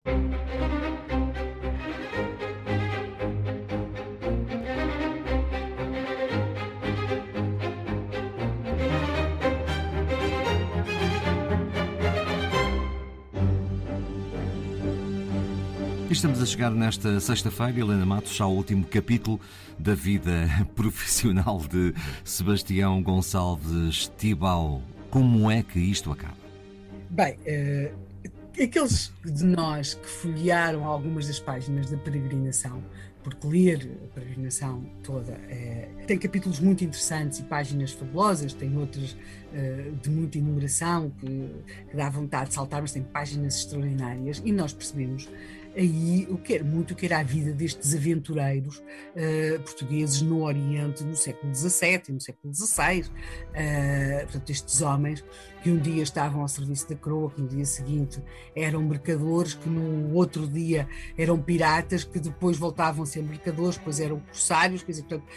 Estamos a chegar nesta sexta-feira, Helena Matos, ao último capítulo da vida profissional de Sebastião Gonçalves Tibau. Como é que isto acaba? Bem, aqueles de nós que folhearam algumas das páginas da peregrinação, porque ler a peregrinação toda tem capítulos muito interessantes e páginas fabulosas, tem outras de muita enumeração que dá vontade de saltar, mas tem páginas extraordinárias, e nós percebemos aí o que era a vida destes aventureiros portugueses no Oriente no século XVII e no século XVI. Portanto, estes homens que um dia estavam ao serviço da coroa, que no dia seguinte eram mercadores, que no outro dia eram piratas, que depois voltavam a ser mercadores, depois eram corsários, quer dizer, portanto,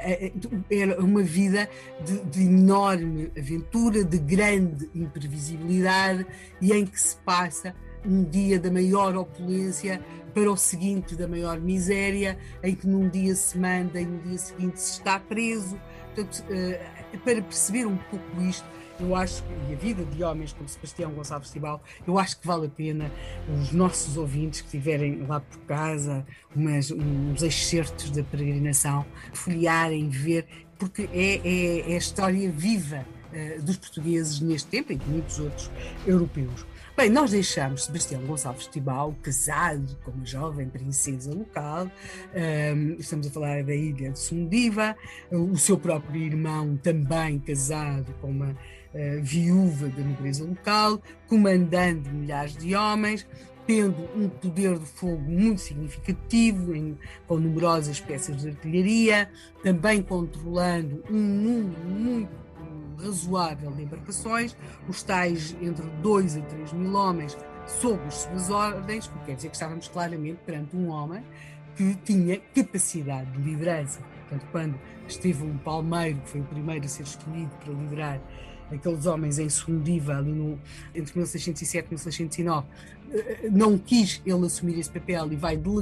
era uma vida de enorme aventura, de grande imprevisibilidade, e em que se passa um dia da maior opulência para o seguinte da maior miséria, em que num dia se manda e no dia seguinte se está preso. Portanto, para perceber um pouco isto, eu acho, e a vida de homens como Sebastião Gonçalves Tibau, eu acho que vale a pena os nossos ouvintes que estiverem lá por casa, uns excertos da peregrinação, folhearem, ver, porque é a história viva dos portugueses neste tempo e de muitos outros europeus. Bem, nós deixamos Sebastião Gonçalves Tibau casado com uma jovem princesa local, estamos a falar da ilha de Sundiva, o seu próprio irmão também casado com uma viúva da nobreza local, comandando milhares de homens, tendo um poder de fogo muito significativo, com numerosas peças de artilharia, também controlando um número muito razoável de embarcações, os tais entre 2 a 3 mil homens sob as suas ordens, o que quer dizer que estávamos claramente perante um homem que tinha capacidade de liderança. Portanto, quando Estevão Palmeiro, que foi o primeiro a ser escolhido para liderar aqueles homens em Sundiva, ali entre 1607 e 1609, não quis ele assumir esse papel e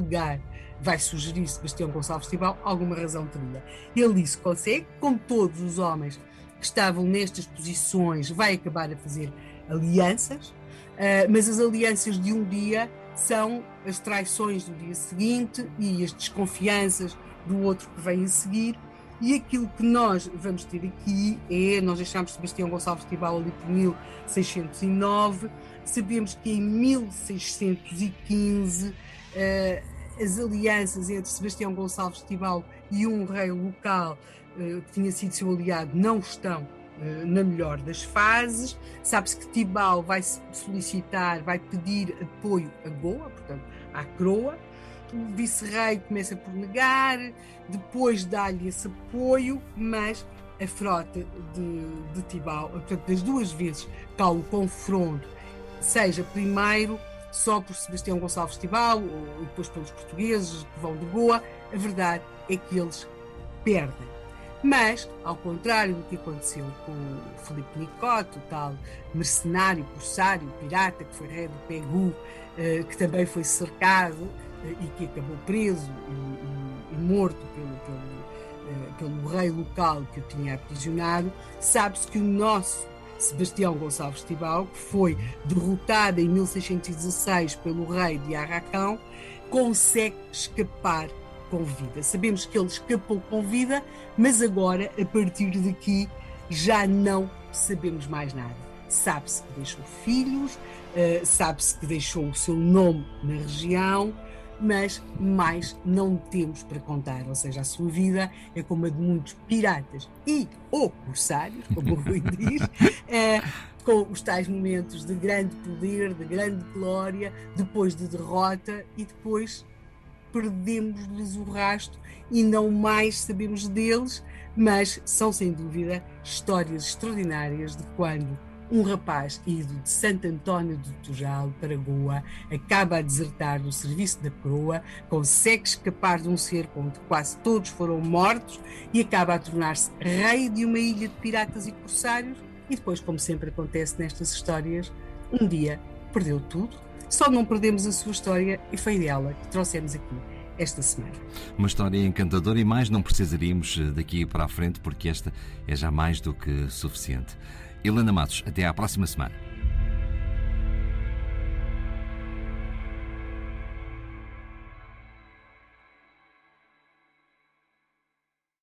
vai sugerir Sebastião Gonçalves Tibau, alguma razão teria. Ele isso consegue, como todos os homens que estavam nestas posições, vai acabar a fazer alianças, mas as alianças de um dia são as traições do dia seguinte e as desconfianças do outro que vem a seguir, e aquilo que nós vamos ter aqui nós deixámos Sebastião Gonçalves Tibau ali por 1609, sabemos que em 1615 as alianças entre Sebastião Gonçalves Tibau e um rei local que tinha sido seu aliado não estão na melhor das fases. Sabe-se que Tibau vai solicitar, vai pedir apoio a Goa, portanto à coroa. O vice-rei começa por negar, depois dá-lhe esse apoio, mas a frota de Tibau, portanto das duas vezes que há o confronto, seja primeiro só por Sebastião Gonçalves Tibau ou depois pelos portugueses que vão de Goa, a verdade é que eles perdem. Mas, ao contrário do que aconteceu com Filipe Nicote, o tal mercenário, corsário, pirata, que foi rei do Pegu, que também foi cercado e que acabou preso e morto pelo rei local que o tinha aprisionado, sabe-se que o nosso Sebastião Gonçalves Tibau, que foi derrotado em 1616 pelo rei de Arracão, consegue escapar com vida. Sabemos que ele escapou com vida, mas agora, a partir daqui, já não sabemos mais nada. Sabe-se que deixou filhos, sabe-se que deixou o seu nome na região, mas mais não temos para contar. Ou seja, a sua vida é como a de muitos piratas ou corsários, como o Rui diz, com os tais momentos de grande poder, de grande glória, depois de derrota, e depois perdemos-lhes o rastro e não mais sabemos deles, mas são sem dúvida histórias extraordinárias de quando um rapaz ido de Santo António do Tujal para Goa acaba a desertar do serviço da coroa, consegue escapar de um cerco onde quase todos foram mortos e acaba a tornar-se rei de uma ilha de piratas e corsários, e depois, como sempre acontece nestas histórias, um dia perdeu tudo só não perdemos a sua história e foi dela que trouxemos aqui esta semana. Uma história encantadora e mais não precisaríamos daqui para a frente, porque esta é já mais do que suficiente. Helena Matos, até à próxima semana.